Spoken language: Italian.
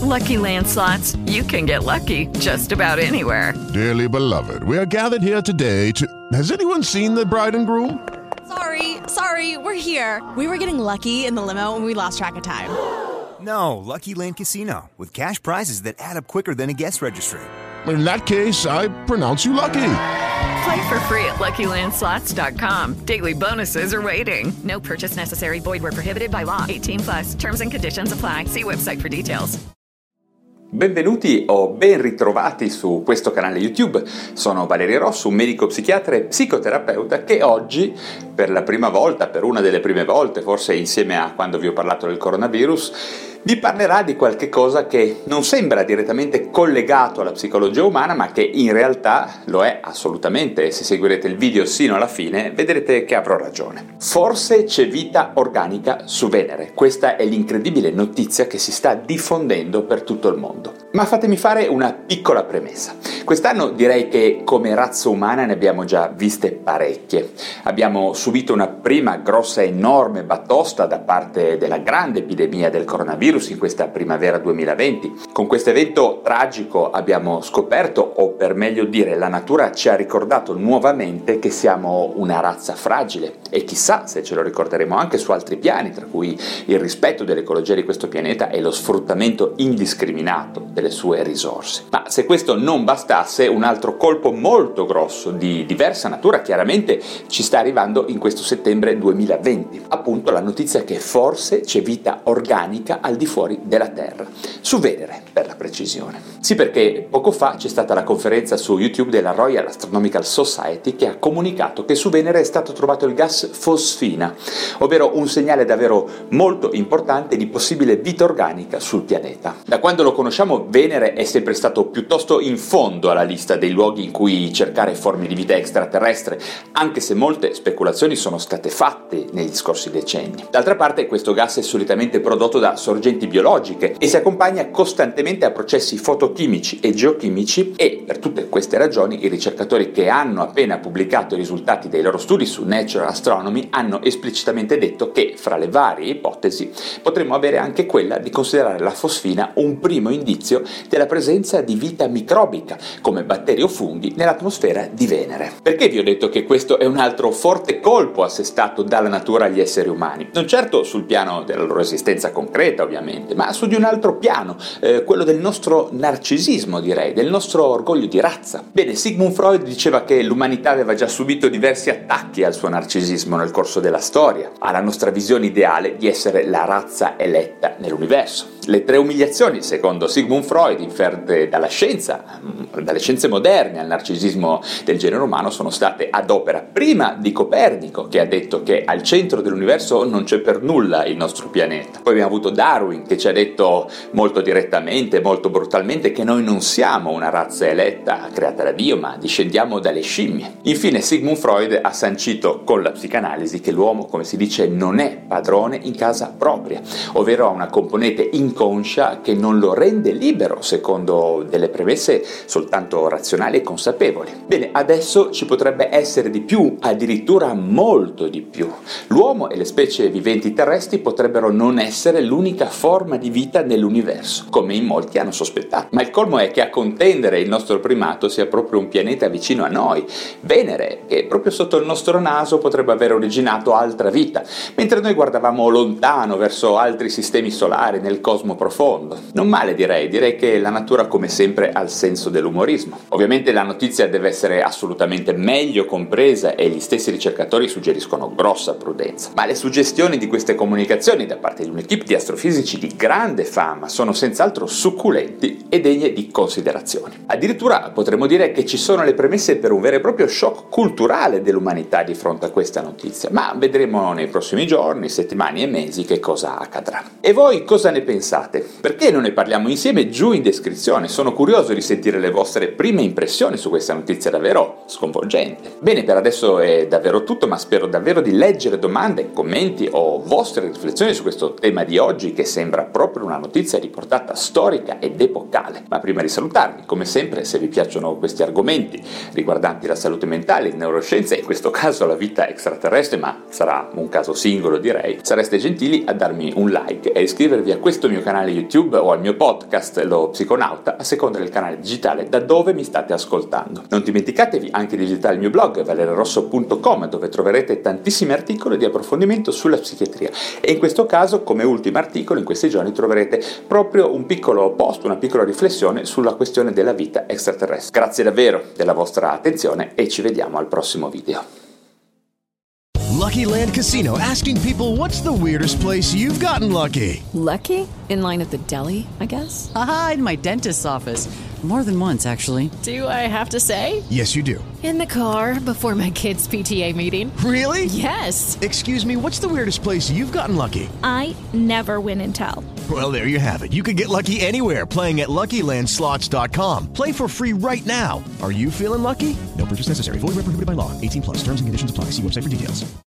Lucky Land Slots, you can get lucky just about anywhere. Dearly beloved, we are gathered here today to... Has anyone seen the bride and groom? Sorry, we're here. We were getting lucky in the limo and we lost track of time. No, Lucky Land Casino, with cash prizes that add up quicker than a guest registry. In that case, I pronounce you lucky. Play for free at LuckyLandSlots.com. Daily bonuses are waiting. No purchase necessary. Void where prohibited by law. 18+. Terms and conditions apply. See website for details. Benvenuti o ben ritrovati su questo canale YouTube. Sono Valerio Rosso, un medico psichiatra e psicoterapeuta che oggi, per la prima volta, per una delle prime volte, forse insieme a quando vi ho parlato del coronavirus, vi parlerà di qualche cosa che non sembra direttamente collegato alla psicologia umana, ma che in realtà lo è assolutamente, e se seguirete il video sino alla fine vedrete che avrò ragione. Forse c'è vita organica su Venere. Questa è l'incredibile notizia che si sta diffondendo per tutto il mondo. Ma fatemi fare una piccola premessa. Quest'anno direi che come razza umana ne abbiamo già viste parecchie. Abbiamo subito una prima grossa enorme batosta da parte della grande epidemia del coronavirus in questa primavera 2020. Con questo evento tragico abbiamo scoperto, o per meglio dire la natura ci ha ricordato nuovamente che siamo una razza fragile, e chissà se ce lo ricorderemo anche su altri piani, tra cui il rispetto dell'ecologia di questo pianeta e lo sfruttamento indiscriminato delle sue risorse. Ma se questo non bastasse, un altro colpo molto grosso di diversa natura chiaramente ci sta arrivando in questo settembre 2020, appunto la notizia che forse c'è vita organica al di fuori della Terra, su Venere per la precisione. Sì, perché poco fa c'è stata la conferenza su YouTube della Royal Astronomical Society che ha comunicato che su Venere è stato trovato il gas fosfina, ovvero un segnale davvero molto importante di possibile vita organica sul pianeta. Da quando lo conosciamo, Venere è sempre stato piuttosto in fondo alla lista dei luoghi in cui cercare forme di vita extraterrestre, anche se molte speculazioni sono state fatte negli scorsi decenni. D'altra parte, questo gas è solitamente prodotto da sorgenti biologiche e si accompagna costantemente a processi fotochimici e geochimici, e per tutte queste ragioni i ricercatori che hanno appena pubblicato i risultati dei loro studi su Nature Astronomy hanno esplicitamente detto che fra le varie ipotesi potremmo avere anche quella di considerare la fosfina un primo indizio della presenza di vita microbica come batteri o funghi nell'atmosfera di Venere. Perché vi ho detto che questo è un altro forte colpo assestato dalla natura agli esseri umani? Non certo sul piano della loro esistenza concreta, ovviamente, ma su di un altro piano, quello del nostro narcisismo, direi, del nostro orgoglio di razza. Bene, Sigmund Freud diceva che l'umanità aveva già subito diversi attacchi al suo narcisismo nel corso della storia, alla nostra visione ideale di essere la razza eletta nell'universo. Le 3 umiliazioni, secondo Sigmund Freud, inferte dalla scienza, dalle scienze moderne al narcisismo del genere umano, sono state ad opera prima di Copernico, che ha detto che al centro dell'universo non c'è per nulla il nostro pianeta. Poi abbiamo avuto Darwin, che ci ha detto molto direttamente, molto brutalmente, che noi non siamo una razza eletta creata da Dio, ma discendiamo dalle scimmie. Infine Sigmund Freud ha sancito con la psicanalisi che l'uomo, come si dice, non è padrone in casa propria, ovvero ha una componente inconscia che non lo rende libero secondo delle premesse soltanto razionali e consapevoli. Bene, adesso ci potrebbe essere di più, addirittura molto di più. L'uomo e le specie viventi terrestri potrebbero non essere l'unica forma di vita nell'universo, come in molti hanno sospettato. Ma il colmo è che a contendere il nostro primato sia proprio un pianeta vicino a noi, Venere, che proprio sotto il nostro naso potrebbe aver originato altra vita, mentre noi guardavamo lontano verso altri sistemi solari nel cosmo profondo. Non male, direi che la natura come sempre ha il senso dell'umorismo. Ovviamente la notizia deve essere assolutamente meglio compresa e gli stessi ricercatori suggeriscono grossa prudenza. Ma le suggestioni di queste comunicazioni da parte di un'equipe di astrofisici di grande fama sono senz'altro succulenti e degne di considerazione. Addirittura potremmo dire che ci sono le premesse per un vero e proprio shock culturale dell'umanità di fronte a questa notizia, ma vedremo nei prossimi giorni, settimane e mesi che cosa accadrà. E voi cosa ne pensate? Perché non ne parliamo insieme giù in descrizione? Sono curioso di sentire le vostre prime impressioni su questa notizia davvero sconvolgente. Bene, per adesso è davvero tutto, ma spero davvero di leggere domande, commenti o vostre riflessioni su questo tema di oggi, che sembra proprio una notizia di portata storica ed epocale. Ma prima di salutarvi, come sempre, se vi piacciono questi argomenti riguardanti la salute mentale, le neuroscienze e in questo caso la vita extraterrestre, ma sarà un caso singolo direi, sareste gentili a darmi un like e iscrivervi a questo mio canale YouTube o al mio podcast Lo Psiconauta, a seconda del canale digitale da dove mi state ascoltando. Non dimenticatevi anche di visitare il mio blog valerorosso.com, dove troverete tantissimi articoli di approfondimento sulla psichiatria, e in questo caso come ultimo articolo in questi giorni troverete proprio un piccolo post, una piccola riflessione sulla questione della vita extraterrestre. Grazie davvero della vostra attenzione e ci vediamo al prossimo video. Lucky Land Casino, asking people, what's the weirdest place you've gotten lucky? Lucky? In line at the deli, I guess? Aha, in my dentist's office. More than once, actually. Do I have to say? Yes, you do. In the car before my kids' PTA meeting. Really? Yes. Excuse me, what's the weirdest place you've gotten lucky? I never win and tell. Well, there you have it. You can get lucky anywhere, playing at LuckyLandSlots.com. Play for free right now. Are you feeling lucky? No purchase necessary. Void where prohibited by law. 18+. Terms and conditions apply. See website for details.